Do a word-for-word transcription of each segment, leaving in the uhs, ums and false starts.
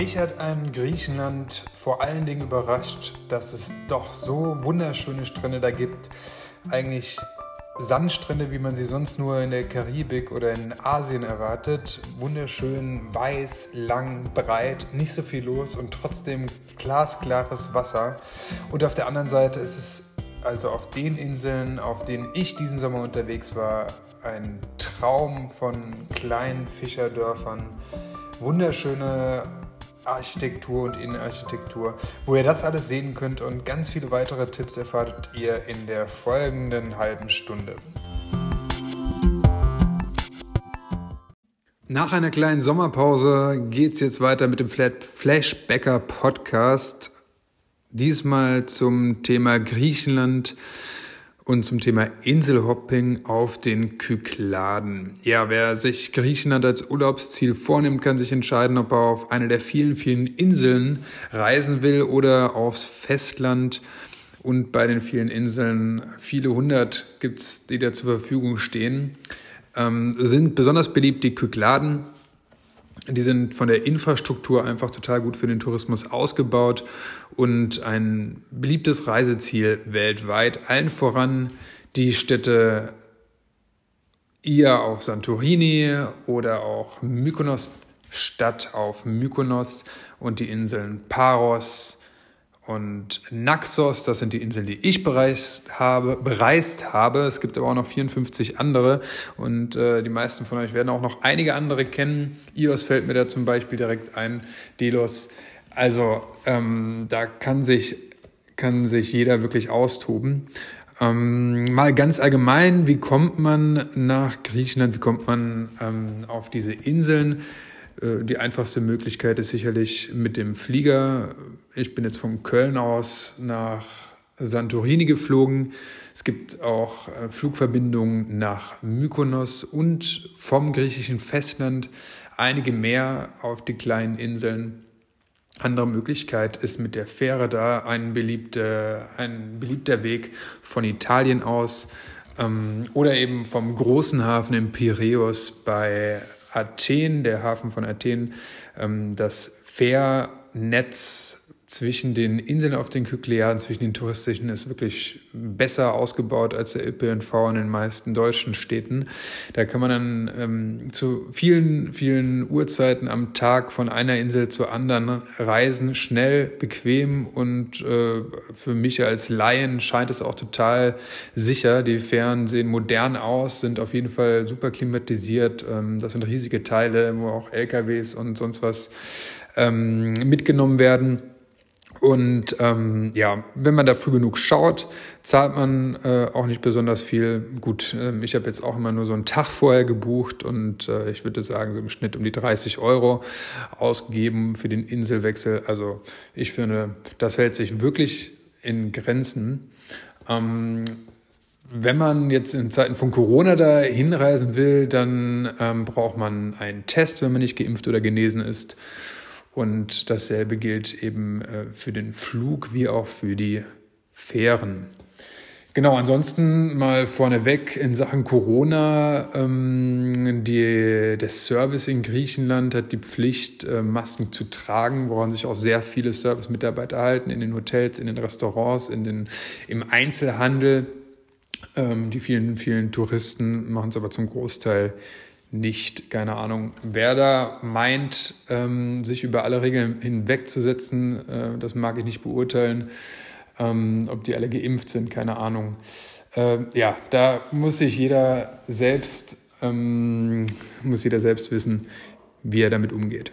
Mich hat an Griechenland vor allen Dingen überrascht, dass es doch so wunderschöne Strände da gibt. Eigentlich Sandstrände, wie man sie sonst nur in der Karibik oder in Asien erwartet. Wunderschön, weiß, lang, breit, nicht so viel los und trotzdem glasklares Wasser. Und auf der anderen Seite ist es also auf den Inseln, auf denen ich diesen Sommer unterwegs war, ein Traum von kleinen Fischerdörfern. Wunderschöne Architektur und Innenarchitektur. Wo ihr das alles sehen könnt und ganz viele weitere Tipps erfahrt ihr in der folgenden halben Stunde. Nach einer kleinen Sommerpause geht es jetzt weiter mit dem Flashbacker Podcast. Diesmal zum Thema Griechenland und zum Thema Inselhopping auf den Kykladen. Ja, wer sich Griechenland als Urlaubsziel vornimmt, kann sich entscheiden, ob er auf eine der vielen, vielen Inseln reisen will oder aufs Festland. Und bei den vielen Inseln, viele hundert gibt es, die da zur Verfügung stehen, ähm, sind besonders beliebt die Kykladen. Die sind von der Infrastruktur einfach total gut für den Tourismus ausgebaut und ein beliebtes Reiseziel weltweit. Allen voran die Städte Ia auf Santorini oder auch Mykonos Stadt auf Mykonos und die Inseln Paros und Naxos. Das sind die Inseln, die ich bereist habe. bereist habe. Es gibt aber auch noch vierundfünfzig andere und äh, die meisten von euch werden auch noch einige andere kennen. Ios fällt mir da zum Beispiel direkt ein, Delos. Also ähm, da kann sich, kann sich jeder wirklich austoben. Ähm, mal ganz allgemein, wie kommt man nach Griechenland, wie kommt man ähm, auf diese Inseln? Die einfachste Möglichkeit ist sicherlich mit dem Flieger. Ich bin jetzt von Köln aus nach Santorini geflogen. Es gibt auch Flugverbindungen nach Mykonos und vom griechischen Festland einige mehr auf die kleinen Inseln. Andere Möglichkeit ist mit der Fähre da ein beliebter, ein beliebter Weg von Italien aus ähm, oder eben vom großen Hafen in Piräus bei Athen, der Hafen von Athen. Das Fährnetz zwischen den Inseln auf den Kykladen, zwischen den touristischen, ist wirklich besser ausgebaut als der Ö P N V in den meisten deutschen Städten. Da kann man dann ähm, zu vielen, vielen Uhrzeiten am Tag von einer Insel zur anderen reisen, schnell, bequem und äh, für mich als Laien scheint es auch total sicher. Die Fähren sehen modern aus, sind auf jeden Fall super klimatisiert. Ähm, das sind riesige Teile, wo auch L K Ws und sonst was ähm, mitgenommen werden. Und ähm, ja, wenn man da früh genug schaut, zahlt man äh, auch nicht besonders viel. Gut, äh, ich habe jetzt auch immer nur so einen Tag vorher gebucht und äh, ich würde sagen, so im Schnitt um die dreißig Euro ausgegeben für den Inselwechsel. Also ich finde, das hält sich wirklich in Grenzen. Ähm, Wenn man jetzt in Zeiten von Corona da hinreisen will, dann ähm, braucht man einen Test, wenn man nicht geimpft oder genesen ist. Und dasselbe gilt eben äh, für den Flug wie auch für die Fähren. Genau, ansonsten mal vorneweg in Sachen Corona. Ähm, die, der Service in Griechenland hat die Pflicht, äh, Masken zu tragen, woran sich auch sehr viele Service-Mitarbeiter halten, in den Hotels, in den Restaurants, in den, im Einzelhandel. Ähm, die vielen, vielen Touristen machen es aber zum Großteil nicht. Keine Ahnung, wer da meint, ähm, sich über alle Regeln hinwegzusetzen, äh, das mag ich nicht beurteilen. Ähm, ob die alle geimpft sind, keine Ahnung. Äh, ja, da muss sich jeder selbst, ähm, muss jeder selbst wissen, wie er damit umgeht.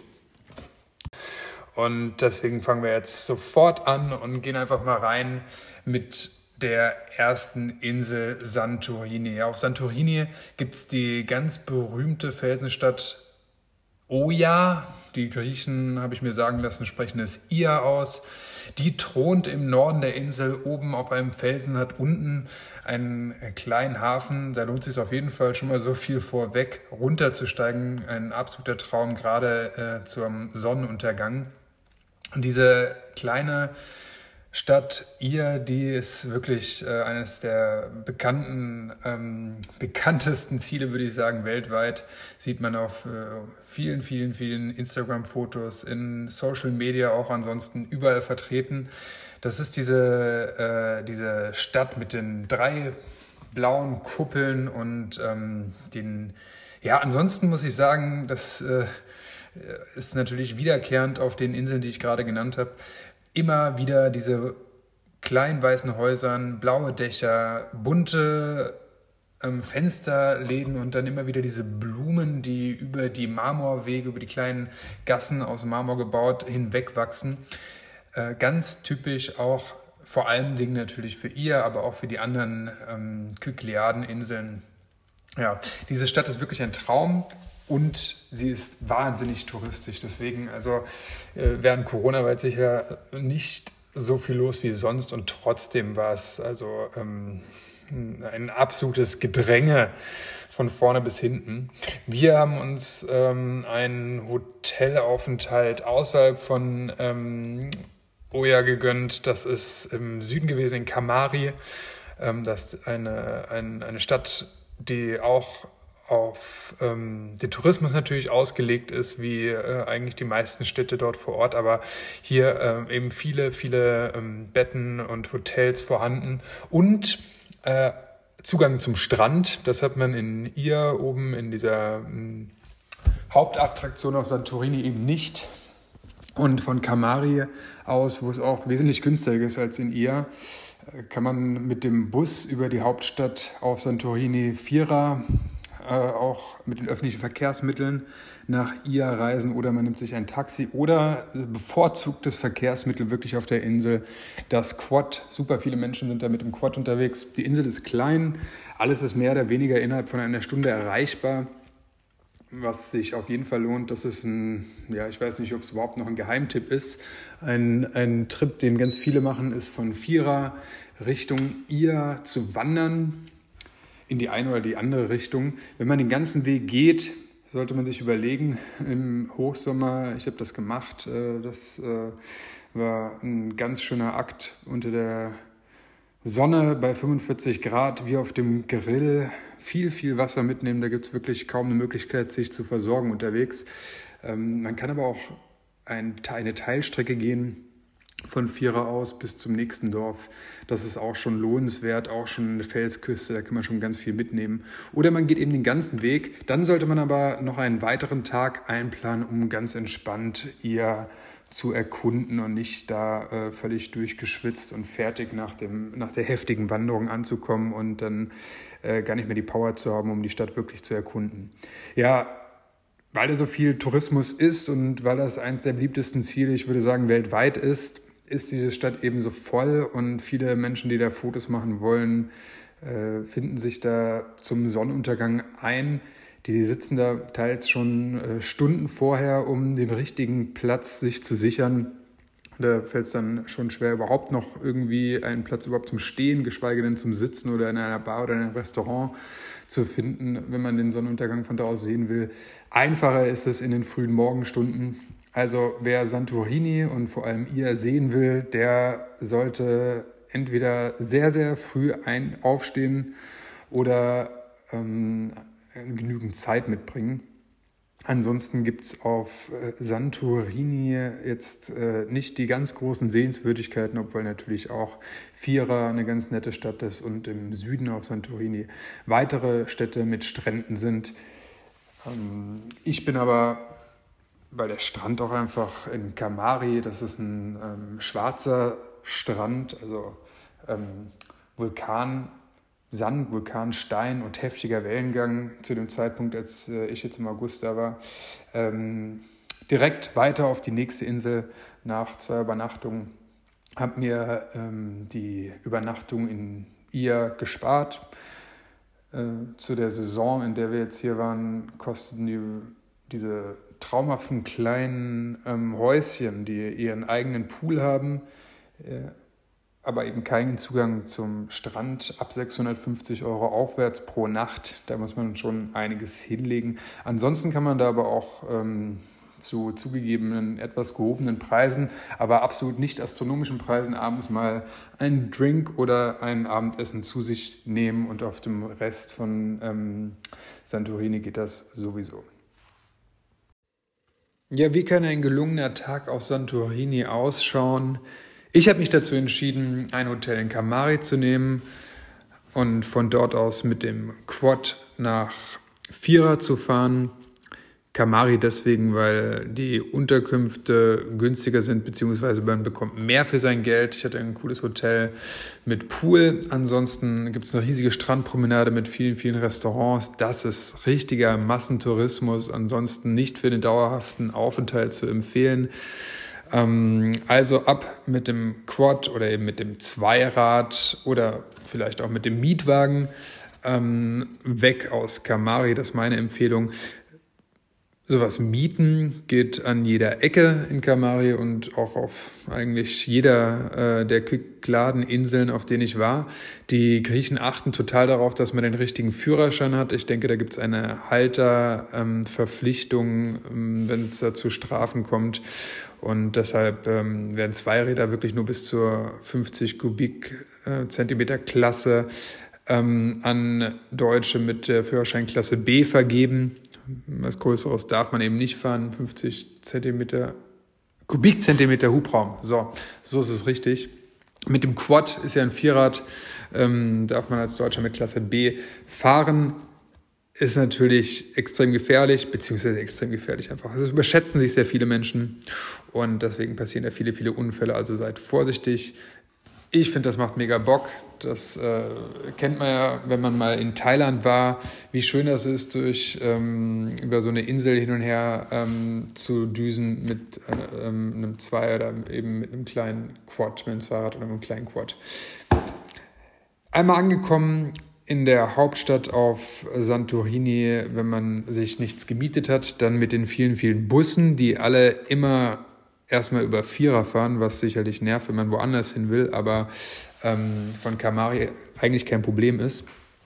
Und deswegen fangen wir jetzt sofort an und gehen einfach mal rein mit der ersten Insel Santorini. Auf Santorini gibt es die ganz berühmte Felsenstadt Oia. Die Griechen, habe ich mir sagen lassen, sprechen es Ia aus. Die thront im Norden der Insel, oben auf einem Felsen, hat unten einen kleinen Hafen. Da lohnt es sich auf jeden Fall schon mal so viel vorweg, runterzusteigen. Ein absoluter Traum, gerade äh, zum Sonnenuntergang. Und diese kleine Stadt Ihr, die ist wirklich äh, eines der bekannten, ähm, bekanntesten Ziele, würde ich sagen, weltweit. Sieht man auf äh, vielen, vielen, vielen Instagram-Fotos, in Social Media auch ansonsten überall vertreten. Das ist diese, äh, diese Stadt mit den drei blauen Kuppeln und ähm, den, ja, ansonsten muss ich sagen, das äh, ist natürlich wiederkehrend auf den Inseln, die ich gerade genannt habe. Immer wieder diese kleinen weißen Häusern, blaue Dächer, bunte ähm, Fensterläden und dann immer wieder diese Blumen, die über die Marmorwege, über die kleinen Gassen aus Marmor gebaut hinwegwachsen. Äh, ganz typisch auch vor allen Dingen natürlich für ihr, aber auch für die anderen ähm, Kykleadeninseln. Ja, diese Stadt ist wirklich ein Traum. Und sie ist wahnsinnig touristisch. Deswegen, also äh, während Corona war jetzt sicher nicht so viel los wie sonst. Und trotzdem war es also ähm, ein absolutes Gedränge von vorne bis hinten. Wir haben uns ähm, einen Hotelaufenthalt außerhalb von ähm, Oya gegönnt. Das ist im Süden gewesen, in Kamari. Ähm, das ist eine, ein, eine Stadt, die auch auf ähm, den Tourismus natürlich ausgelegt ist, wie äh, eigentlich die meisten Städte dort vor Ort, aber hier äh, eben viele, viele ähm, Betten und Hotels vorhanden und äh, Zugang zum Strand. Das hat man in Ihr oben in dieser ähm, Hauptattraktion auf Santorini eben nicht. Und von Kamari aus, wo es auch wesentlich günstiger ist als in Ihr, kann man mit dem Bus über die Hauptstadt auf Santorini Fira Äh, auch mit den öffentlichen Verkehrsmitteln nach Ihr reisen oder man nimmt sich ein Taxi oder äh, bevorzugtes Verkehrsmittel wirklich auf der Insel, das Quad. Super viele Menschen sind da mit dem Quad unterwegs. Die Insel ist klein, alles ist mehr oder weniger innerhalb von einer Stunde erreichbar, was sich auf jeden Fall lohnt. Das ist ein, ja, ich weiß nicht, ob es überhaupt noch ein Geheimtipp ist. Ein, ein Trip, den ganz viele machen, ist von Fira Richtung Ihr zu wandern, in die eine oder die andere Richtung. Wenn man den ganzen Weg geht, sollte man sich überlegen, im Hochsommer, ich habe das gemacht, das war ein ganz schöner Akt unter der Sonne bei fünfundvierzig Grad, wie auf dem Grill, viel, viel Wasser mitnehmen, da gibt es wirklich kaum eine Möglichkeit, sich zu versorgen unterwegs. Man kann aber auch eine Teilstrecke gehen, von Fira aus bis zum nächsten Dorf. Das ist auch schon lohnenswert, auch schon eine Felsküste, da kann man schon ganz viel mitnehmen. Oder man geht eben den ganzen Weg. Dann sollte man aber noch einen weiteren Tag einplanen, um ganz entspannt Ihr zu erkunden und nicht da äh, völlig durchgeschwitzt und fertig nach, dem, nach der heftigen Wanderung anzukommen und dann äh, gar nicht mehr die Power zu haben, um die Stadt wirklich zu erkunden. Ja, weil da so viel Tourismus ist und weil das eines der beliebtesten Ziele, ich würde sagen, weltweit ist, ist diese Stadt eben so voll und viele Menschen, die da Fotos machen wollen, äh, finden sich da zum Sonnenuntergang ein. Die sitzen da teils schon äh, Stunden vorher, um den richtigen Platz sich zu sichern. Da fällt es dann schon schwer, überhaupt noch irgendwie einen Platz überhaupt zum Stehen, geschweige denn zum Sitzen oder in einer Bar oder in einem Restaurant zu finden, wenn man den Sonnenuntergang von da aus sehen will. Einfacher ist es in den frühen Morgenstunden. Also wer Santorini und vor allem Ihr sehen will, der sollte entweder sehr, sehr früh ein aufstehen oder ähm, genügend Zeit mitbringen. Ansonsten gibt es auf Santorini jetzt äh, nicht die ganz großen Sehenswürdigkeiten, obwohl natürlich auch Fira eine ganz nette Stadt ist und im Süden auf Santorini weitere Städte mit Stränden sind. Ähm, ich bin aber, weil der Strand auch einfach in Kamari, das ist ein ähm, schwarzer Strand, also ähm, Vulkan, Sand, Vulkanstein und heftiger Wellengang zu dem Zeitpunkt, als äh, ich jetzt im August da war. Ähm, direkt weiter auf die nächste Insel nach zwei Übernachtungen. Habe mir ähm, die Übernachtung in Ihr gespart. Äh, zu der Saison, in der wir jetzt hier waren, kosteten die, diese traumhaften kleinen ähm, Häuschen, die ihren eigenen Pool haben, äh, aber eben keinen Zugang zum Strand, ab sechshundertfünfzig Euro aufwärts pro Nacht. Da muss man schon einiges hinlegen. Ansonsten kann man da aber auch ähm, zu zugegebenen, etwas gehobenen Preisen, aber absolut nicht astronomischen Preisen abends mal einen Drink oder ein Abendessen zu sich nehmen und auf dem Rest von ähm, Santorini geht das sowieso. Ja, wie kann ein gelungener Tag auf Santorini ausschauen? Ich habe mich dazu entschieden, ein Hotel in Kamari zu nehmen und von dort aus mit dem Quad nach Fira zu fahren. Kamari deswegen, weil die Unterkünfte günstiger sind, beziehungsweise man bekommt mehr für sein Geld. Ich hatte ein cooles Hotel mit Pool. Ansonsten gibt es eine riesige Strandpromenade mit vielen, vielen Restaurants. Das ist richtiger Massentourismus. Ansonsten nicht für den dauerhaften Aufenthalt zu empfehlen. Also ab mit dem Quad oder eben mit dem Zweirad oder vielleicht auch mit dem Mietwagen weg aus Kamari. Das ist meine Empfehlung. Sowas mieten geht an jeder Ecke in Kamari und auch auf eigentlich jeder äh, der Kykladen-Inseln, auf denen ich war. Die Griechen achten total darauf, dass man den richtigen Führerschein hat. Ich denke, da gibt es eine Halterverpflichtung, ähm, wenn es da zu Strafen kommt. Und deshalb ähm, werden Zweiräder wirklich nur bis zur fünfzig Kubikzentimeter Klasse ähm, an Deutsche mit der Führerscheinklasse B vergeben. Was Größeres darf man eben nicht fahren, fünfzig Zentimeter, Kubikzentimeter Hubraum. So, so ist es richtig. Mit dem Quad ist ja ein Vierrad, ähm, darf man als Deutscher mit Klasse B fahren. Ist natürlich extrem gefährlich, beziehungsweise extrem gefährlich einfach. Das überschätzen sich sehr viele Menschen und deswegen passieren da viele, viele Unfälle. Also seid vorsichtig. Ich finde, das macht mega Bock. Das äh, kennt man ja, wenn man mal in Thailand war, wie schön das ist, durch ähm, über so eine Insel hin und her ähm, zu düsen mit äh, ähm, einem Zweier oder eben mit einem kleinen Quad, mit einem Zweirad oder mit einem kleinen Quad. Einmal angekommen in der Hauptstadt auf Santorini, wenn man sich nichts gemietet hat, dann mit den vielen, vielen Bussen, die alle immer erstmal über Fira fahren, was sicherlich nervt, wenn man woanders hin will, aber ähm, von Kamari eigentlich kein Problem ist.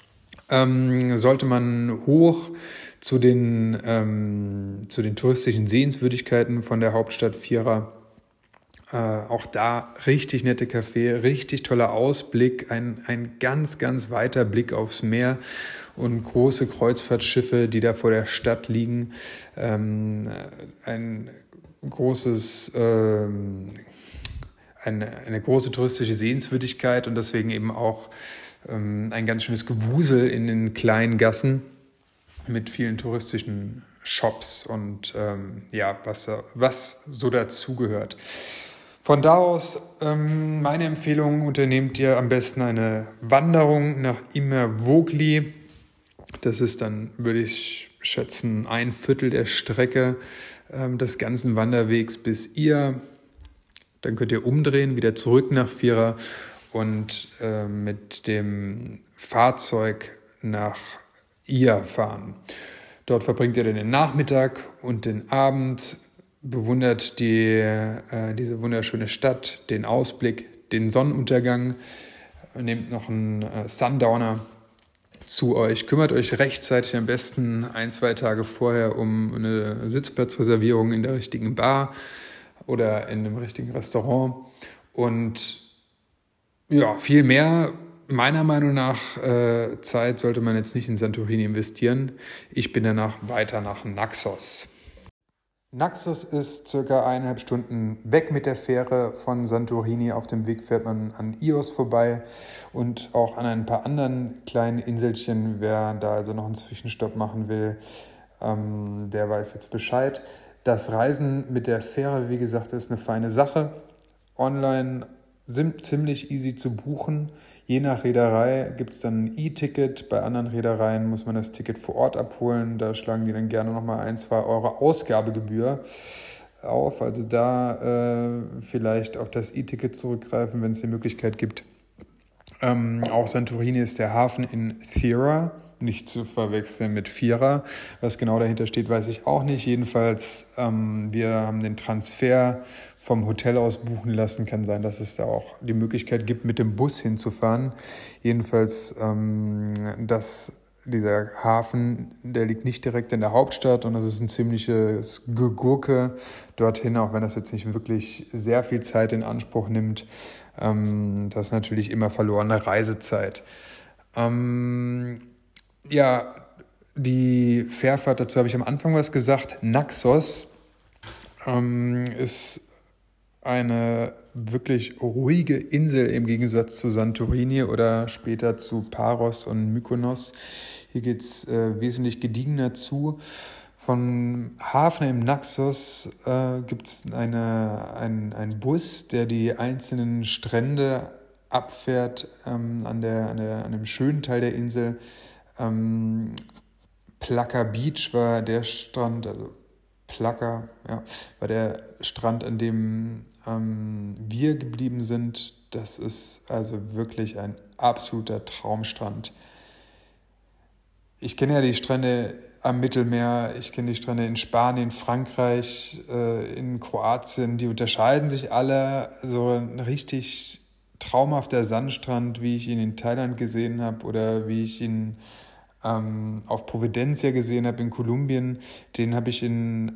Ähm, sollte man hoch zu den, ähm, zu den touristischen Sehenswürdigkeiten von der Hauptstadt Fira, äh, auch da richtig nette Café, richtig toller Ausblick, ein, ein ganz, ganz weiter Blick aufs Meer und große Kreuzfahrtschiffe, die da vor der Stadt liegen. Ähm, ein großes, ähm, eine, eine große touristische Sehenswürdigkeit und deswegen eben auch ähm, ein ganz schönes Gewusel in den kleinen Gassen mit vielen touristischen Shops und ähm, ja, was, was so dazugehört. Von da aus ähm, meine Empfehlung, unternehmt ihr am besten eine Wanderung nach Immervogli. Das ist dann, würde ich schätzen, ein Viertel der Strecke des ganzen Wanderwegs bis ihr. Dann könnt ihr umdrehen, wieder zurück nach Fira und äh, mit dem Fahrzeug nach ihr fahren. Dort verbringt ihr dann den Nachmittag und den Abend, bewundert die, äh, diese wunderschöne Stadt, den Ausblick, den Sonnenuntergang, nehmt noch einen äh, Sundowner zu euch. Kümmert euch rechtzeitig am besten ein, zwei Tage vorher um eine Sitzplatzreservierung in der richtigen Bar oder in einem richtigen Restaurant. Und ja, viel mehr, meiner Meinung nach, äh, Zeit sollte man jetzt nicht in Santorini investieren. Ich bin danach weiter nach Naxos. Naxos ist circa eineinhalb Stunden weg mit der Fähre von Santorini. Auf dem Weg fährt man an Ios vorbei und auch an ein paar anderen kleinen Inselchen. Wer da also noch einen Zwischenstopp machen will, ähm, der weiß jetzt Bescheid. Das Reisen mit der Fähre, wie gesagt, ist eine feine Sache. Online sind ziemlich easy zu buchen. Je nach Reederei gibt es dann ein E-Ticket. Bei anderen Reedereien muss man das Ticket vor Ort abholen. Da schlagen die dann gerne nochmal ein, zwei Euro Ausgabegebühr auf. Also da äh, vielleicht auf das E-Ticket zurückgreifen, wenn es die Möglichkeit gibt. Ähm, auch Santorini ist der Hafen in Fira, nicht zu verwechseln mit Fira. Was genau dahinter steht, weiß ich auch nicht. Jedenfalls, ähm, wir haben den Transfer vom Hotel aus buchen lassen. Kann sein, dass es da auch die Möglichkeit gibt, mit dem Bus hinzufahren. Jedenfalls, ähm, das dieser Hafen, der liegt nicht direkt in der Hauptstadt und das ist ein ziemliches Gegurke dorthin, auch wenn das jetzt nicht wirklich sehr viel Zeit in Anspruch nimmt. Ähm, das ist natürlich immer verlorene Reisezeit. Ähm, ja, die Fährfahrt, dazu habe ich am Anfang was gesagt. Naxos ähm, ist eine wirklich ruhige Insel im Gegensatz zu Santorini oder später zu Paros und Mykonos. Hier geht es äh, wesentlich gediegener zu. Vom Hafen im Naxos äh, gibt es eine, ein, einen Bus, der die einzelnen Strände abfährt ähm, an, der, an, der, an dem schönen Teil der Insel. Ähm, Plaka Beach war der Strand, also Plaka, ja, war der Strand, an dem ähm, wir geblieben sind. Das ist also wirklich ein absoluter Traumstrand. Ich kenne ja die Strände am Mittelmeer, ich kenne die Strände in Spanien, Frankreich, äh, in Kroatien. Die unterscheiden sich alle. So ein richtig traumhafter Sandstrand, wie ich ihn in Thailand gesehen habe oder wie ich ihn ähm, auf Providencia gesehen habe in Kolumbien, den habe ich in,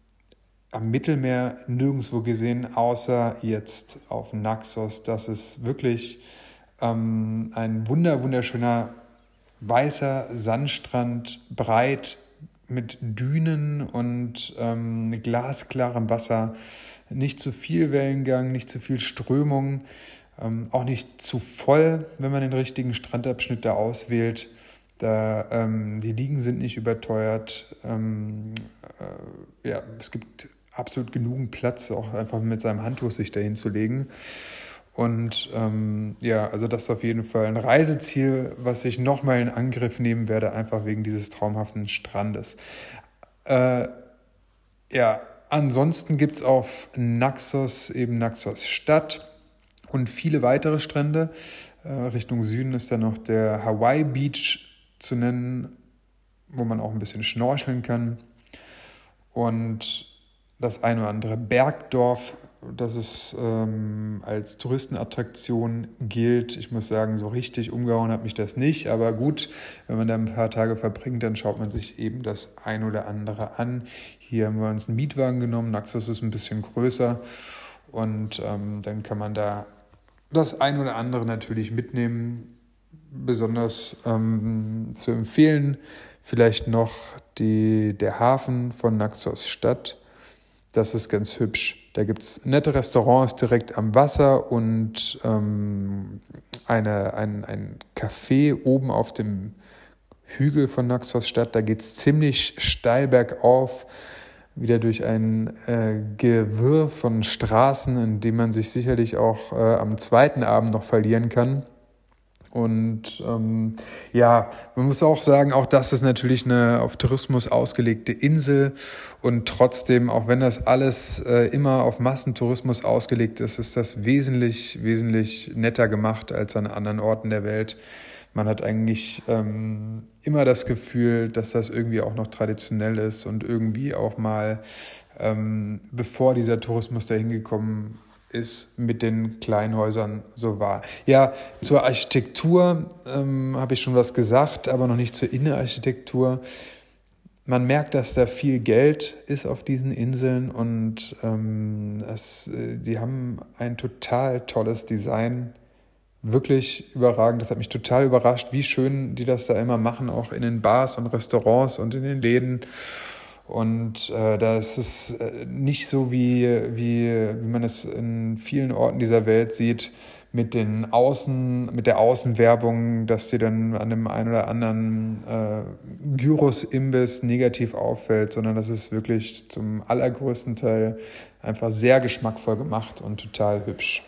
am Mittelmeer nirgendwo gesehen, außer jetzt auf Naxos. Das ist wirklich ähm, ein wunder, wunderschöner weißer Sandstrand, breit mit Dünen und ähm, glasklarem Wasser. Nicht zu viel Wellengang, nicht zu viel Strömung, ähm, auch nicht zu voll, wenn man den richtigen Strandabschnitt da auswählt. Da, ähm, die Liegen sind nicht überteuert. Ähm, äh, ja, es gibt absolut genügend Platz, auch einfach mit seinem Handtuch sich dahin zu legen. Und ähm, ja, also das ist auf jeden Fall ein Reiseziel, was ich nochmal in Angriff nehmen werde, einfach wegen dieses traumhaften Strandes. Äh, ja, ansonsten gibt es auf Naxos eben Naxos Stadt und viele weitere Strände. Äh, Richtung Süden ist dann noch der Hawaii Beach zu nennen, wo man auch ein bisschen schnorcheln kann. Und das ein oder andere Bergdorf, das es ähm, als Touristenattraktion gilt. Ich muss sagen, so richtig umgehauen hat mich das nicht. Aber gut, wenn man da ein paar Tage verbringt, dann schaut man sich eben das ein oder andere an. Hier haben wir uns einen Mietwagen genommen. Naxos ist ein bisschen größer. Und ähm, dann kann man da das ein oder andere natürlich mitnehmen. Besonders ähm, zu empfehlen vielleicht noch die, der Hafen von Naxos Stadt. Das ist ganz hübsch. Da gibt es nette Restaurants direkt am Wasser und ähm, eine, ein, ein Café oben auf dem Hügel von Naxos Stadt. Da geht es ziemlich steil bergauf, wieder durch ein äh, Gewirr von Straßen, in dem man sich sicherlich auch äh, am zweiten Abend noch verlieren kann. Und ähm, ja, man muss auch sagen, auch das ist natürlich eine auf Tourismus ausgelegte Insel und trotzdem, auch wenn das alles äh, immer auf Massentourismus ausgelegt ist, ist das wesentlich, wesentlich netter gemacht als an anderen Orten der Welt. Man hat eigentlich ähm, immer das Gefühl, dass das irgendwie auch noch traditionell ist und irgendwie auch mal, ähm, bevor dieser Tourismus dahin gekommen ist, mit den Kleinhäusern so war. Ja, zur Architektur ähm, habe ich schon was gesagt, aber noch nicht zur Innenarchitektur. Man merkt, dass da viel Geld ist auf diesen Inseln und ähm, es, äh, die haben ein total tolles Design. Wirklich überragend. Das hat mich total überrascht, wie schön die das da immer machen, auch in den Bars und Restaurants und in den Läden. Und äh, das ist äh, nicht so, wie, wie, wie man es in vielen Orten dieser Welt sieht, mit den Außen, mit der Außenwerbung, dass dir dann an dem einen oder anderen äh, Gyros-Imbiss negativ auffällt, sondern das ist wirklich zum allergrößten Teil einfach sehr geschmackvoll gemacht und total hübsch.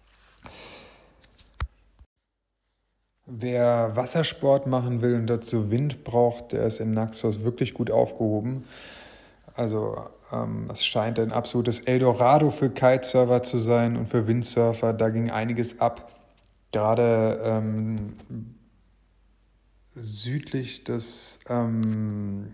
Wer Wassersport machen will und dazu Wind braucht, der ist in Naxos wirklich gut aufgehoben. Also ähm, es scheint ein absolutes Eldorado für Kitesurfer zu sein und für Windsurfer. Da ging einiges ab. Gerade ähm, südlich des ähm,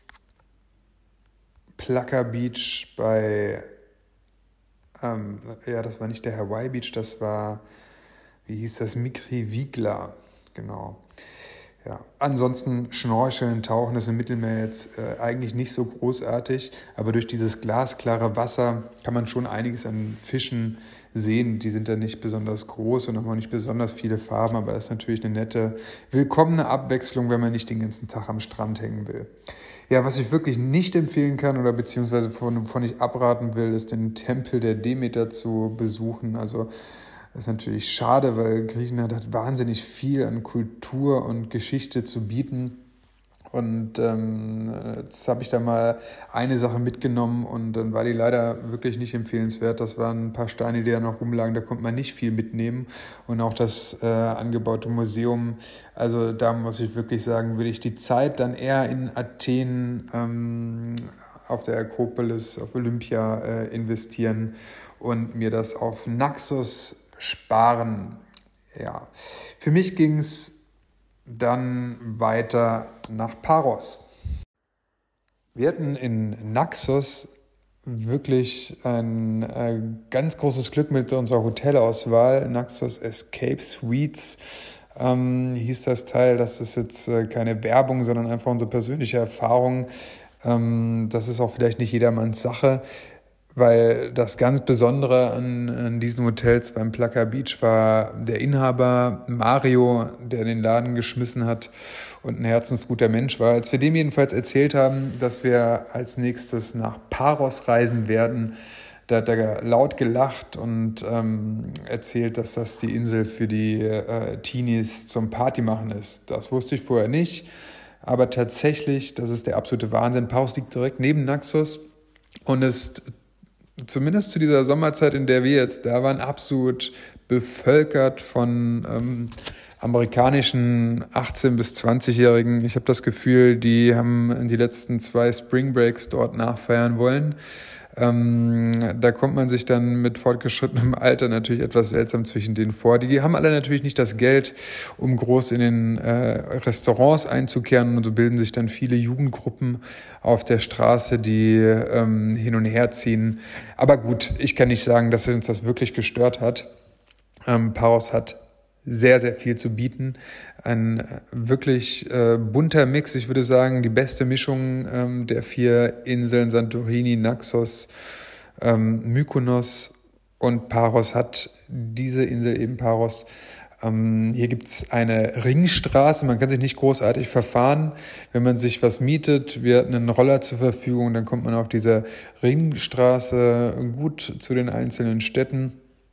Plaka Beach bei, ähm, ja, das war nicht der Hawaii Beach, das war, wie hieß das, Mikri Vigla, genau. Ja, ansonsten Schnorcheln, Tauchen ist im Mittelmeer jetzt äh, eigentlich nicht so großartig, aber durch dieses glasklare Wasser kann man schon einiges an Fischen sehen. Die sind da nicht besonders groß und haben auch nicht besonders viele Farben, aber das ist natürlich eine nette, willkommene Abwechslung, wenn man nicht den ganzen Tag am Strand hängen will. Ja, was ich wirklich nicht empfehlen kann oder beziehungsweise von, wovon ich abraten will, ist den Tempel der Demeter zu besuchen. Also das ist natürlich schade, weil Griechenland hat wahnsinnig viel an Kultur und Geschichte zu bieten. Und ähm, jetzt habe ich da mal eine Sache mitgenommen und dann war die leider wirklich nicht empfehlenswert. Das waren ein paar Steine, die da noch rumlagen, da konnte man nicht viel mitnehmen. Und auch das äh, angebaute Museum, also da muss ich wirklich sagen, würde ich die Zeit dann eher in Athen ähm, auf der Akropolis, auf Olympia äh, investieren und mir das auf Naxos sparen. Ja, für mich ging es dann weiter nach Paros. Wir hatten in Naxos wirklich ein äh, ganz großes Glück mit unserer Hotelauswahl. Naxos Escape Suites ähm, hieß das Teil. Das ist jetzt äh, keine Werbung, sondern einfach unsere persönliche Erfahrung. Ähm, das ist auch vielleicht nicht jedermanns Sache, weil das ganz Besondere an, an diesen Hotels beim Plaka Beach war der Inhaber Mario, der den Laden geschmissen hat und ein herzensguter Mensch war. Als wir dem jedenfalls erzählt haben, dass wir als nächstes nach Paros reisen werden, da hat er laut gelacht und ähm, erzählt, dass das die Insel für die äh, Teenies zum Partymachen ist. Das wusste ich vorher nicht, aber tatsächlich, das ist der absolute Wahnsinn. Paros liegt direkt neben Naxos und ist zumindest zu dieser Sommerzeit, in der wir jetzt da waren, absolut bevölkert von ähm, amerikanischen achtzehn- bis zwanzig-Jährigen. Ich habe das Gefühl, die haben die letzten zwei Spring Breaks dort nachfeiern wollen. Ähm, da kommt man sich dann mit fortgeschrittenem Alter natürlich etwas seltsam zwischen denen vor. Die haben alle natürlich nicht das Geld, um groß in den äh, Restaurants einzukehren, und so bilden sich dann viele Jugendgruppen auf der Straße, die ähm, hin und her ziehen. Aber gut, ich kann nicht sagen, dass uns das wirklich gestört hat. Ähm, Paros hat sehr, sehr viel zu bieten. Ein wirklich äh, bunter Mix, ich würde sagen, die beste Mischung ähm, der vier Inseln Santorini, Naxos, ähm, Mykonos und Paros hat diese Insel eben Paros. Ähm, hier gibt's eine Ringstraße, man kann sich nicht großartig verfahren, wenn man sich was mietet. Wir hatten einen Roller zur Verfügung, dann kommt man auf dieser Ringstraße gut zu den einzelnen Städten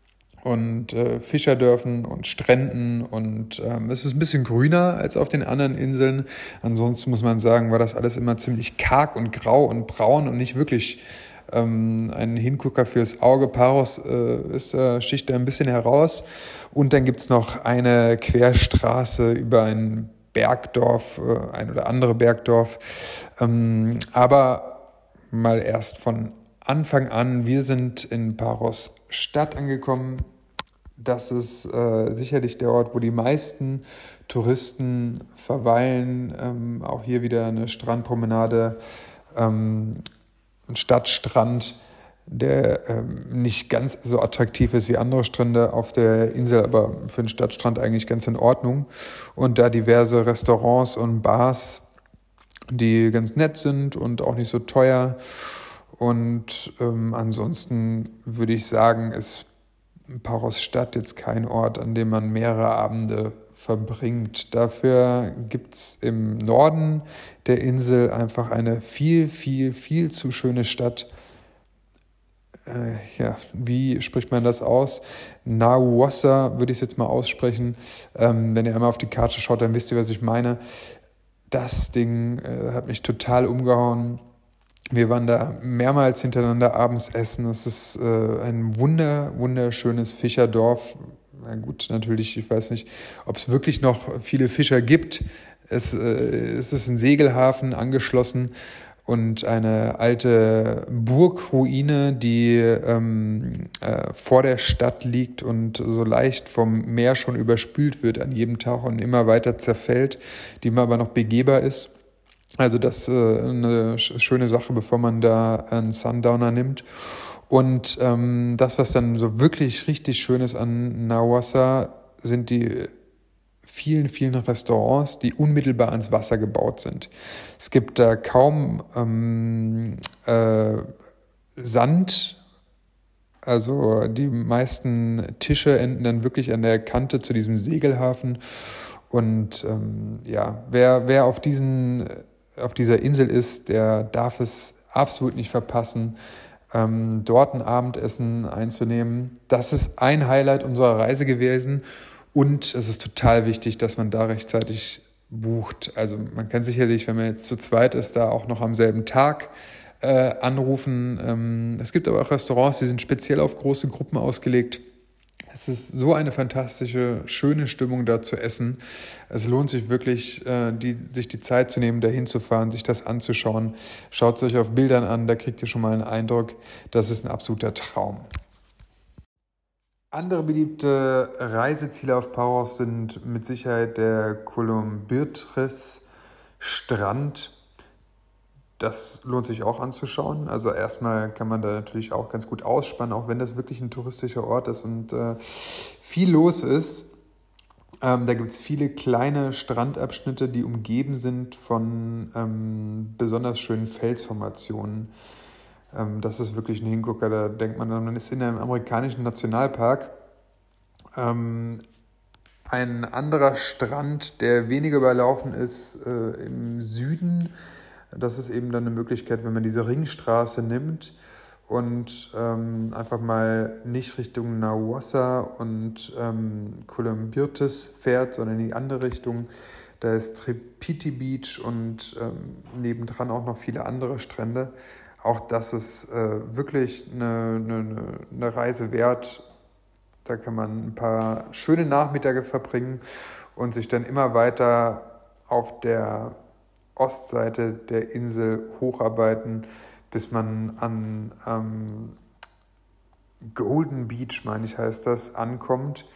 und äh, Fischerdörfen und Stränden, und ähm, es ist ein bisschen grüner als auf den anderen Inseln. Ansonsten muss man sagen, war das alles immer ziemlich karg und grau und braun und nicht wirklich ähm, ein Hingucker fürs Auge. Paros äh, ist äh, sticht da ein bisschen heraus. Und dann gibt's noch eine Querstraße über ein Bergdorf, äh, ein oder andere Bergdorf. Ähm, aber mal erst von Anfang an, wir sind in Paros Stadt angekommen. Das ist äh, sicherlich der Ort, wo die meisten Touristen verweilen. Ähm, auch hier wieder eine Strandpromenade, ähm, ein Stadtstrand, der ähm, nicht ganz so attraktiv ist wie andere Strände auf der Insel, aber für einen Stadtstrand eigentlich ganz in Ordnung. Und da diverse Restaurants und Bars, die ganz nett sind und auch nicht so teuer. Und ähm, ansonsten würde ich sagen, ist Paros Stadt jetzt kein Ort, an dem man mehrere Abende verbringt. Dafür gibt's im Norden der Insel einfach eine viel, viel, viel zu schöne Stadt. Äh, ja, wie spricht man das aus? Nauossa würde ich es jetzt mal aussprechen. Ähm, wenn ihr einmal auf die Karte schaut, dann wisst ihr, was ich meine. Das Ding äh, hat mich total umgehauen. Wir waren da mehrmals hintereinander abends essen. Es ist äh, ein wunder, wunderschönes Fischerdorf. Na gut, natürlich, ich weiß nicht, ob es wirklich noch viele Fischer gibt. Es, äh, es ist ein Segelhafen angeschlossen und eine alte Burgruine, die ähm, äh, vor der Stadt liegt und so leicht vom Meer schon überspült wird an jedem Tag und immer weiter zerfällt, die immer aber noch begehbar ist. Also das ist äh, eine schöne Sache, bevor man da einen Sundowner nimmt. Und ähm, das, was dann so wirklich richtig schön ist an Nauossa, sind die vielen, vielen Restaurants, die unmittelbar ans Wasser gebaut sind. Es gibt da kaum ähm, äh, Sand, also die meisten Tische enden dann wirklich an der Kante zu diesem Segelhafen. Und ähm, ja, wer, wer auf, diesen, auf dieser Insel ist, der darf es absolut nicht verpassen, ähm, dort ein Abendessen einzunehmen. Das ist ein Highlight unserer Reise gewesen. Und es ist total wichtig, dass man da rechtzeitig bucht. Also man kann sicherlich, wenn man jetzt zu zweit ist, da auch noch am selben Tag äh, anrufen. Ähm, es gibt aber auch Restaurants, die sind speziell auf große Gruppen ausgelegt. Es ist so eine fantastische, schöne Stimmung, da zu essen. Es lohnt sich wirklich, äh, die, sich die Zeit zu nehmen, da hinzufahren, sich das anzuschauen. Schaut es euch auf Bildern an, da kriegt ihr schon mal einen Eindruck. Das ist ein absoluter Traum. Andere beliebte Reiseziele auf Paros sind mit Sicherheit der Kolumbirtris Strand. Das lohnt sich auch anzuschauen. Also erstmal kann man da natürlich auch ganz gut ausspannen, auch wenn das wirklich ein touristischer Ort ist und äh, viel los ist. Ähm, da gibt es viele kleine Strandabschnitte, die umgeben sind von ähm, besonders schönen Felsformationen. Ähm, das ist wirklich ein Hingucker, da denkt man, man ist in einem amerikanischen Nationalpark. Ähm, ein anderer Strand, der weniger überlaufen ist, äh, im Süden. Das ist eben dann eine Möglichkeit, wenn man diese Ringstraße nimmt und ähm, einfach mal nicht Richtung Nauosa und ähm, Kolumbirtris fährt, sondern in die andere Richtung. Da ist Tripiti Beach und ähm, nebendran auch noch viele andere Strände. Auch das ist äh, wirklich eine, eine, eine Reise wert. Da kann man ein paar schöne Nachmittage verbringen und sich dann immer weiter auf der Ostseite der Insel hocharbeiten, bis man an ähm, Golden Beach, meine ich, heißt das, ankommt.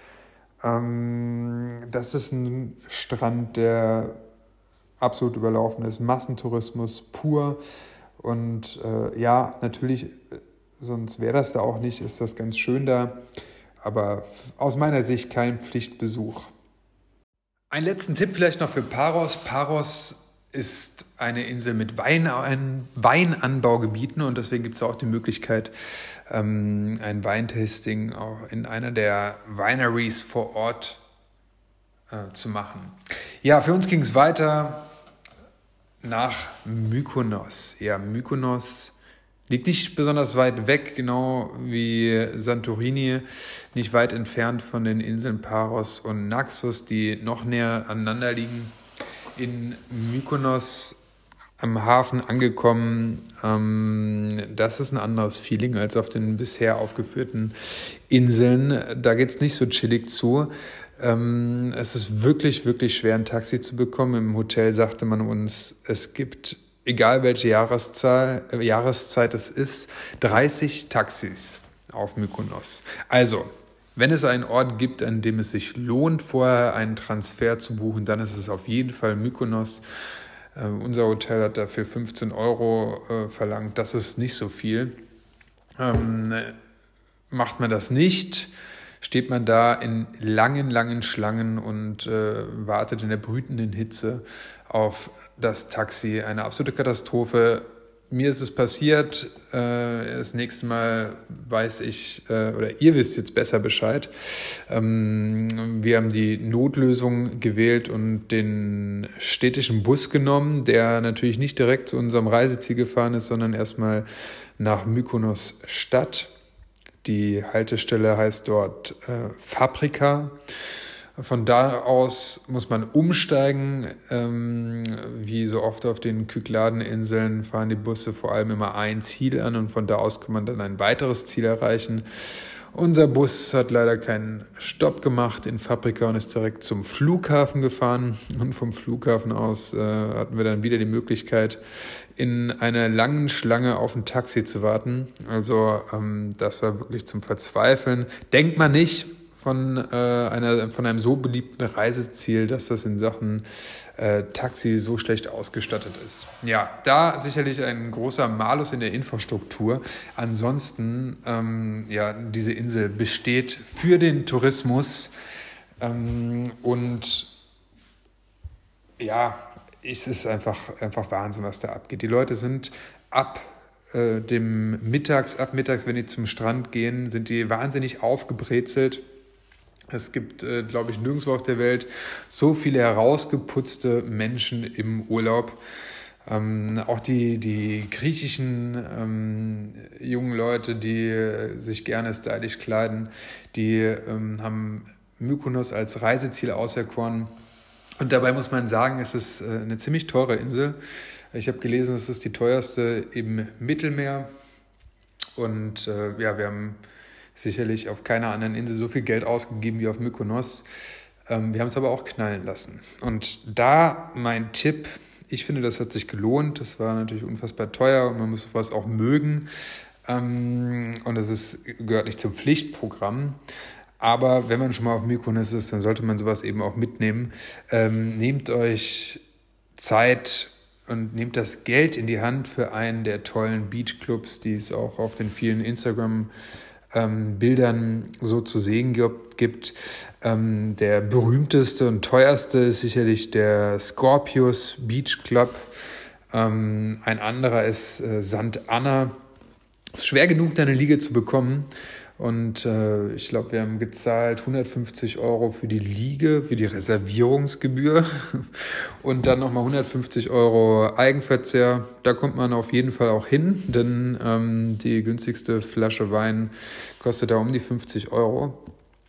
Ähm, das ist ein Strand, der absolut überlaufen ist, Massentourismus pur. Und äh, ja, natürlich, sonst wäre das da auch nicht, ist das ganz schön da, aber aus meiner Sicht kein Pflichtbesuch. Einen letzten Tipp vielleicht noch für Paros. Paros ist eine Insel mit Wein, Weinanbaugebieten und deswegen gibt es auch die Möglichkeit, ähm, ein Weintasting auch in einer der Wineries vor Ort äh, zu machen. Ja, für uns ging es weiter nach Mykonos. Ja, Mykonos liegt nicht besonders weit weg, genau wie Santorini, nicht weit entfernt von den Inseln Paros und Naxos, die noch näher aneinander liegen. In Mykonos am Hafen angekommen, ähm, das ist ein anderes Feeling als auf den bisher aufgeführten Inseln. Da geht es nicht so chillig zu. Ähm, es ist wirklich, wirklich schwer, ein Taxi zu bekommen. Im Hotel sagte man uns, es gibt, egal welche Jahreszahl, äh, Jahreszeit es ist, dreißig Taxis auf Mykonos. Also, wenn es einen Ort gibt, an dem es sich lohnt, vorher einen Transfer zu buchen, dann ist es auf jeden Fall Mykonos. Äh, unser Hotel hat dafür fünfzehn Euro äh, verlangt. Das ist nicht so viel. Ähm, macht man das nicht, steht man da in langen, langen Schlangen und äh, wartet in der brütenden Hitze auf das Taxi. Eine absolute Katastrophe. Mir ist es passiert, äh, das nächste Mal weiß ich, äh, oder ihr wisst jetzt besser Bescheid. Ähm, wir haben die Notlösung gewählt und den städtischen Bus genommen, der natürlich nicht direkt zu unserem Reiseziel gefahren ist, sondern erstmal nach Mykonos Stadt. Die Haltestelle heißt dort äh, Fabrika. Von da aus muss man umsteigen. Ähm, wie so oft auf den Kykladen-Inseln fahren die Busse vor allem immer ein Ziel an und von da aus kann man dann ein weiteres Ziel erreichen. Unser Bus hat leider keinen Stopp gemacht in Fabrika und ist direkt zum Flughafen gefahren. Und vom Flughafen aus äh, hatten wir dann wieder die Möglichkeit, in einer langen Schlange auf ein Taxi zu warten. Also ähm, das war wirklich zum Verzweifeln. Denkt man nicht von, äh, einer, von einem so beliebten Reiseziel, dass das in Sachen äh, Taxi so schlecht ausgestattet ist. Ja, da sicherlich ein großer Malus in der Infrastruktur. Ansonsten, ähm, ja, diese Insel besteht für den Tourismus ähm, und ja, es ist einfach, einfach Wahnsinn, was da abgeht. Die Leute sind ab äh, dem Mittags, ab mittags, wenn die zum Strand gehen, sind die wahnsinnig aufgebrezelt. Es gibt, äh, glaube ich, nirgendwo auf der Welt so viele herausgeputzte Menschen im Urlaub. Ähm, auch die, die griechischen ähm, jungen Leute, die äh, sich gerne stylisch kleiden, die ähm, haben Mykonos als Reiseziel auserkoren. Und dabei muss man sagen, es ist äh, eine ziemlich teure Insel. Ich habe gelesen, es ist die teuerste im Mittelmeer. Und äh, ja, wir haben sicherlich auf keiner anderen Insel so viel Geld ausgegeben wie auf Mykonos. Ähm, wir haben es aber auch knallen lassen. Und da mein Tipp: Ich finde, das hat sich gelohnt. Das war natürlich unfassbar teuer und man muss sowas auch mögen. Ähm, und das ist, gehört nicht zum Pflichtprogramm. Aber wenn man schon mal auf Mykonos ist, dann sollte man sowas eben auch mitnehmen. Ähm, nehmt euch Zeit und nehmt das Geld in die Hand für einen der tollen Beachclubs, die es auch auf den vielen Instagram-Bildern so zu sehen gibt. Ähm, der berühmteste und teuerste ist sicherlich der Scorpius Beach Club. Ähm, ein anderer ist äh, Sankt Anna. Es ist schwer genug, da eine Liege zu bekommen. Und äh, ich glaube, wir haben gezahlt hundertfünfzig Euro für die Liege, für die Reservierungsgebühr und dann nochmal hundertfünfzig Euro Eigenverzehr. Da kommt man auf jeden Fall auch hin, denn ähm, die günstigste Flasche Wein kostet da um die fünfzig Euro.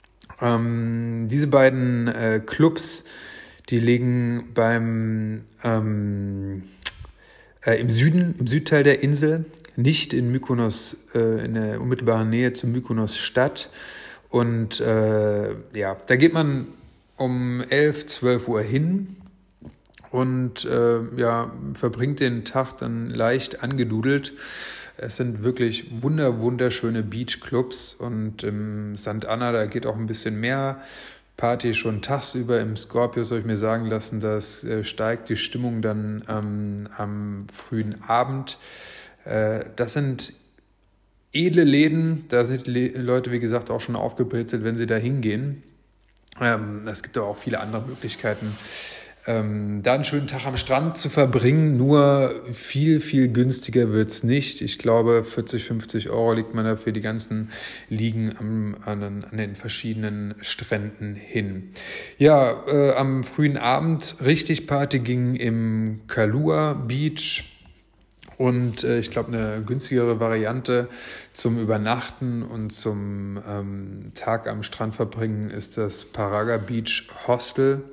Ähm, diese beiden äh, Clubs, die liegen beim ähm, äh, im Süden, im Südteil der Insel. Nicht in Mykonos, äh, in der unmittelbaren Nähe zu Mykonos Stadt. Und äh, ja, da geht man um elf, zwölf Uhr hin und äh, ja, verbringt den Tag dann leicht angedudelt. Es sind wirklich wunder, wunderschöne Beachclubs und im Sankt Anna, da geht auch ein bisschen mehr Party schon tagsüber. Im Scorpius habe ich mir sagen lassen, das äh, steigt die Stimmung dann ähm, am frühen Abend. Das sind edle Läden, da sind die Leute, wie gesagt, auch schon aufgebrezelt, wenn sie da hingehen. Es gibt aber auch viele andere Möglichkeiten, da einen schönen Tag am Strand zu verbringen. Nur viel, viel günstiger wird es nicht. Ich glaube, vierzig, fünfzig Euro liegt man da für die ganzen Liegen am, an, an den verschiedenen Stränden hin. Ja, äh, am frühen Abend richtig Party ging im Kalua Beach. Und äh, ich glaube, eine günstigere Variante zum Übernachten und zum ähm, Tag am Strand verbringen ist das Paraga Beach Hostel.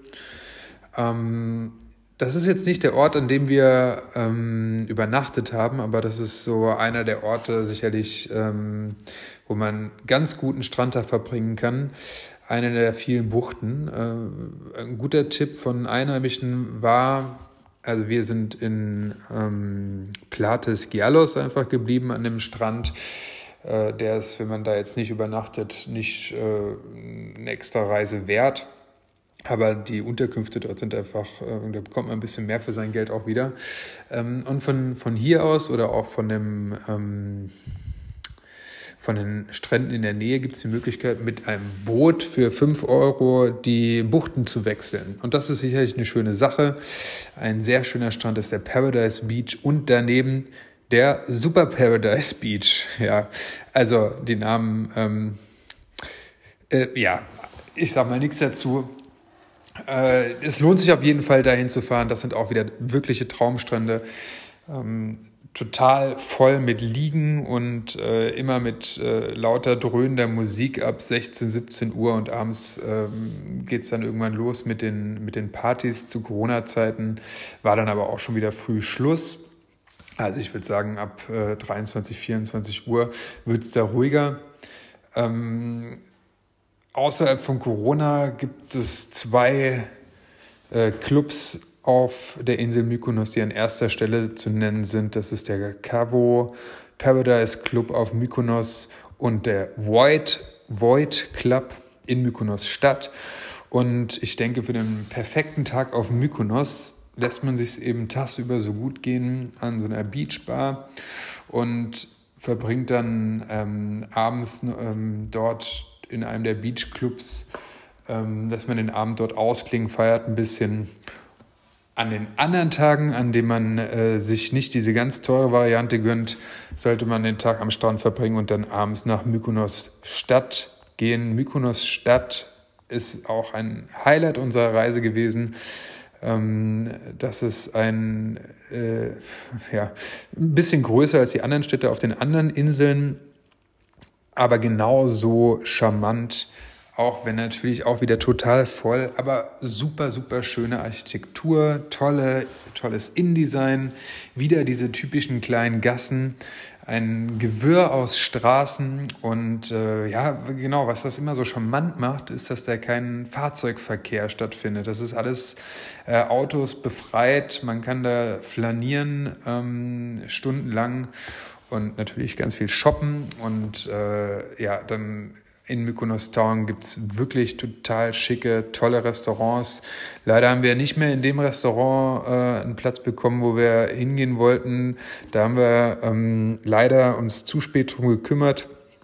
Ähm, das ist jetzt nicht der Ort, an dem wir ähm, übernachtet haben, aber das ist so einer der Orte sicherlich, ähm, wo man ganz guten Strandtag verbringen kann. Eine der vielen Buchten. Äh, ein guter Tipp von Einheimischen war: Also wir sind in ähm, Plates Gialos einfach geblieben an dem Strand. Äh, der ist, wenn man da jetzt nicht übernachtet, nicht äh, eine extra Reise wert. Aber die Unterkünfte dort sind einfach, äh, da bekommt man ein bisschen mehr für sein Geld auch wieder. Ähm, und von, von hier aus oder auch von dem... Ähm, Von den Stränden in der Nähe gibt es die Möglichkeit, mit einem Boot für fünf Euro die Buchten zu wechseln. Und das ist sicherlich eine schöne Sache. Ein sehr schöner Strand ist der Paradise Beach und daneben der Super Paradise Beach. Ja, also die Namen, ähm, äh, ja, ich sag mal nichts dazu. Äh, es lohnt sich auf jeden Fall, dahin zu fahren. Das sind auch wieder wirkliche Traumstrände. Ähm, total voll mit Liegen und äh, immer mit äh, lauter dröhnender Musik ab sechzehn, siebzehn Uhr und abends ähm, geht es dann irgendwann los mit den, mit den Partys. Zu Corona-Zeiten war dann aber auch schon wieder früh Schluss. Also ich würde sagen, ab äh, dreiundzwanzig, vierundzwanzig Uhr wird es da ruhiger. Ähm, außerhalb von Corona gibt es zwei äh, Clubs auf der Insel Mykonos, die an erster Stelle zu nennen sind. Das ist der Cavo Paradise Club auf Mykonos und der Void, Void Club in Mykonos Stadt. Und ich denke, für den perfekten Tag auf Mykonos lässt man sich eben tagsüber so gut gehen an so einer Beachbar und verbringt dann ähm, abends ähm, dort in einem der Beachclubs, ähm, lässt man den Abend dort ausklingen, feiert ein bisschen. An den anderen Tagen, an denen man äh, sich nicht diese ganz teure Variante gönnt, sollte man den Tag am Strand verbringen und dann abends nach Mykonos Stadt gehen. Mykonos Stadt ist auch ein Highlight unserer Reise gewesen. Ähm, das ist ein, äh, ja, ein bisschen größer als die anderen Städte auf den anderen Inseln, aber genauso charmant. Auch wenn natürlich auch wieder total voll, aber super, super schöne Architektur, tolle, tolles InDesign, wieder diese typischen kleinen Gassen, ein Gewirr aus Straßen und äh, ja, genau, was das immer so charmant macht, ist, dass da kein Fahrzeugverkehr stattfindet. Das ist alles äh, Autos befreit, man kann da flanieren ähm, stundenlang und natürlich ganz viel shoppen und äh, ja, dann in Mykonos Town gibt es wirklich total schicke, tolle Restaurants. Leider haben wir nicht mehr in dem Restaurant äh, einen Platz bekommen, wo wir hingehen wollten. Da haben wir ähm, leider uns zu spät drum gekümmert.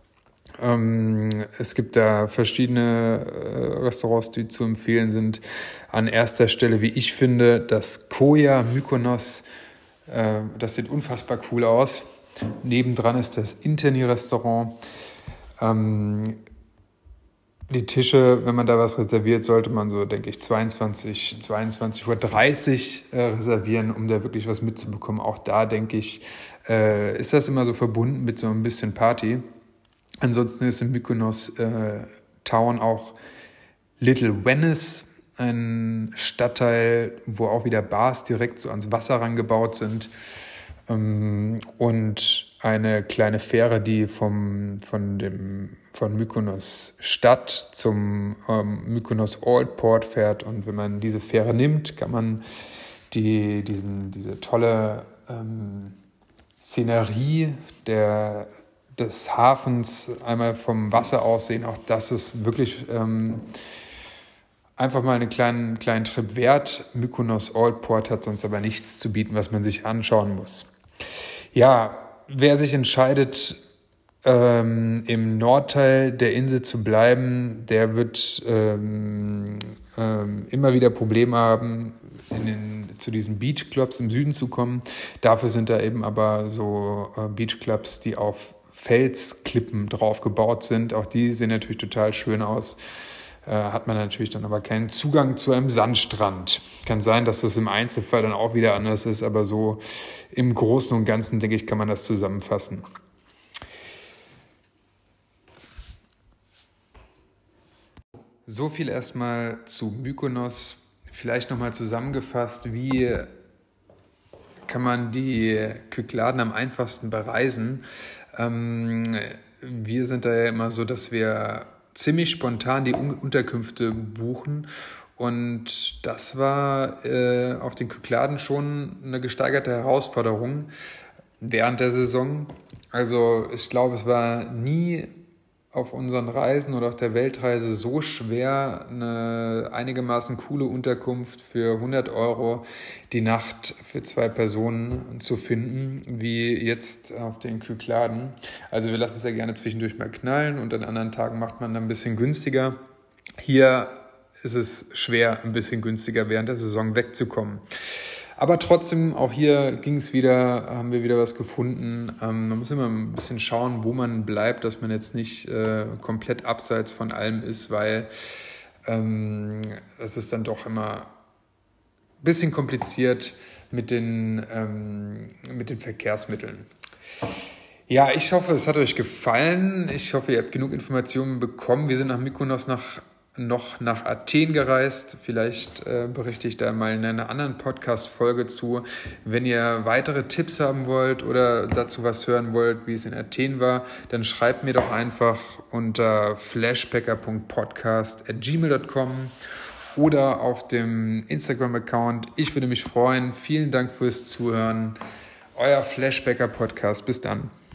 Ähm, es gibt da verschiedene äh, Restaurants, die zu empfehlen sind. An erster Stelle, wie ich finde, das Koja Mykonos. Äh, das sieht unfassbar cool aus. Nebendran ist das Interni-Restaurant. Ähm, Die Tische, wenn man da was reserviert, sollte man so, denke ich, zweiundzwanzig, zweiundzwanzig Uhr dreißig äh, reservieren, um da wirklich was mitzubekommen. Auch da, denke ich, äh, ist das immer so verbunden mit so ein bisschen Party. Ansonsten ist in Mykonos äh, Town auch Little Venice, ein Stadtteil, wo auch wieder Bars direkt so ans Wasser rangebaut sind. Ähm, und eine kleine Fähre, die vom, von, dem, von Mykonos Stadt zum ähm, Mykonos Old Port fährt. Und wenn man diese Fähre nimmt, kann man die, diesen, diese tolle ähm, Szenerie der, des Hafens einmal vom Wasser aus sehen. Auch das ist wirklich ähm, einfach mal einen kleinen, kleinen Trip wert. Mykonos Old Port hat sonst aber nichts zu bieten, was man sich anschauen muss. Ja, wer sich entscheidet, ähm, im Nordteil der Insel zu bleiben, der wird ähm, ähm, immer wieder Probleme haben, in den, zu diesen Beachclubs im Süden zu kommen. Dafür sind da eben aber so äh, Beachclubs, die auf Felsklippen drauf gebaut sind. Auch die sehen natürlich total schön aus. Äh, hat man natürlich dann aber keinen Zugang zu einem Sandstrand. Kann sein, dass das im Einzelfall dann auch wieder anders ist, aber so im Großen und Ganzen, denke ich, kann man das zusammenfassen. So viel erstmal zu Mykonos. Vielleicht nochmal zusammengefasst, wie kann man die Kykladen am einfachsten bereisen. Ähm, wir sind da ja immer so, dass wir ziemlich spontan die Unterkünfte buchen. Und das war äh, auf den Kykladen schon eine gesteigerte Herausforderung während der Saison. Also ich glaube, es war nie auf unseren Reisen oder auf der Weltreise so schwer, eine einigermaßen coole Unterkunft für hundert Euro die Nacht für zwei Personen zu finden, wie jetzt auf den Kykladen. Also wir lassen es ja gerne zwischendurch mal knallen und an anderen Tagen macht man dann ein bisschen günstiger. Hier ist es schwer, ein bisschen günstiger während der Saison wegzukommen. Aber trotzdem, auch hier ging es wieder, haben wir wieder was gefunden. Ähm, man muss immer ein bisschen schauen, wo man bleibt, dass man jetzt nicht äh, komplett abseits von allem ist, weil ähm, es ist dann doch immer ein bisschen kompliziert mit den, ähm, mit den Verkehrsmitteln. Ja, ich hoffe, es hat euch gefallen. Ich hoffe, ihr habt genug Informationen bekommen. Wir sind nach Mykonos nach noch nach Athen gereist. Vielleicht äh, berichte ich da mal in einer anderen Podcast-Folge zu. Wenn ihr weitere Tipps haben wollt oder dazu was hören wollt, wie es in Athen war, dann schreibt mir doch einfach unter flashpacker punkt podcast at gmail punkt com oder auf dem Instagram-Account. Ich würde mich freuen. Vielen Dank fürs Zuhören. Euer Flashpacker Podcast. Bis dann.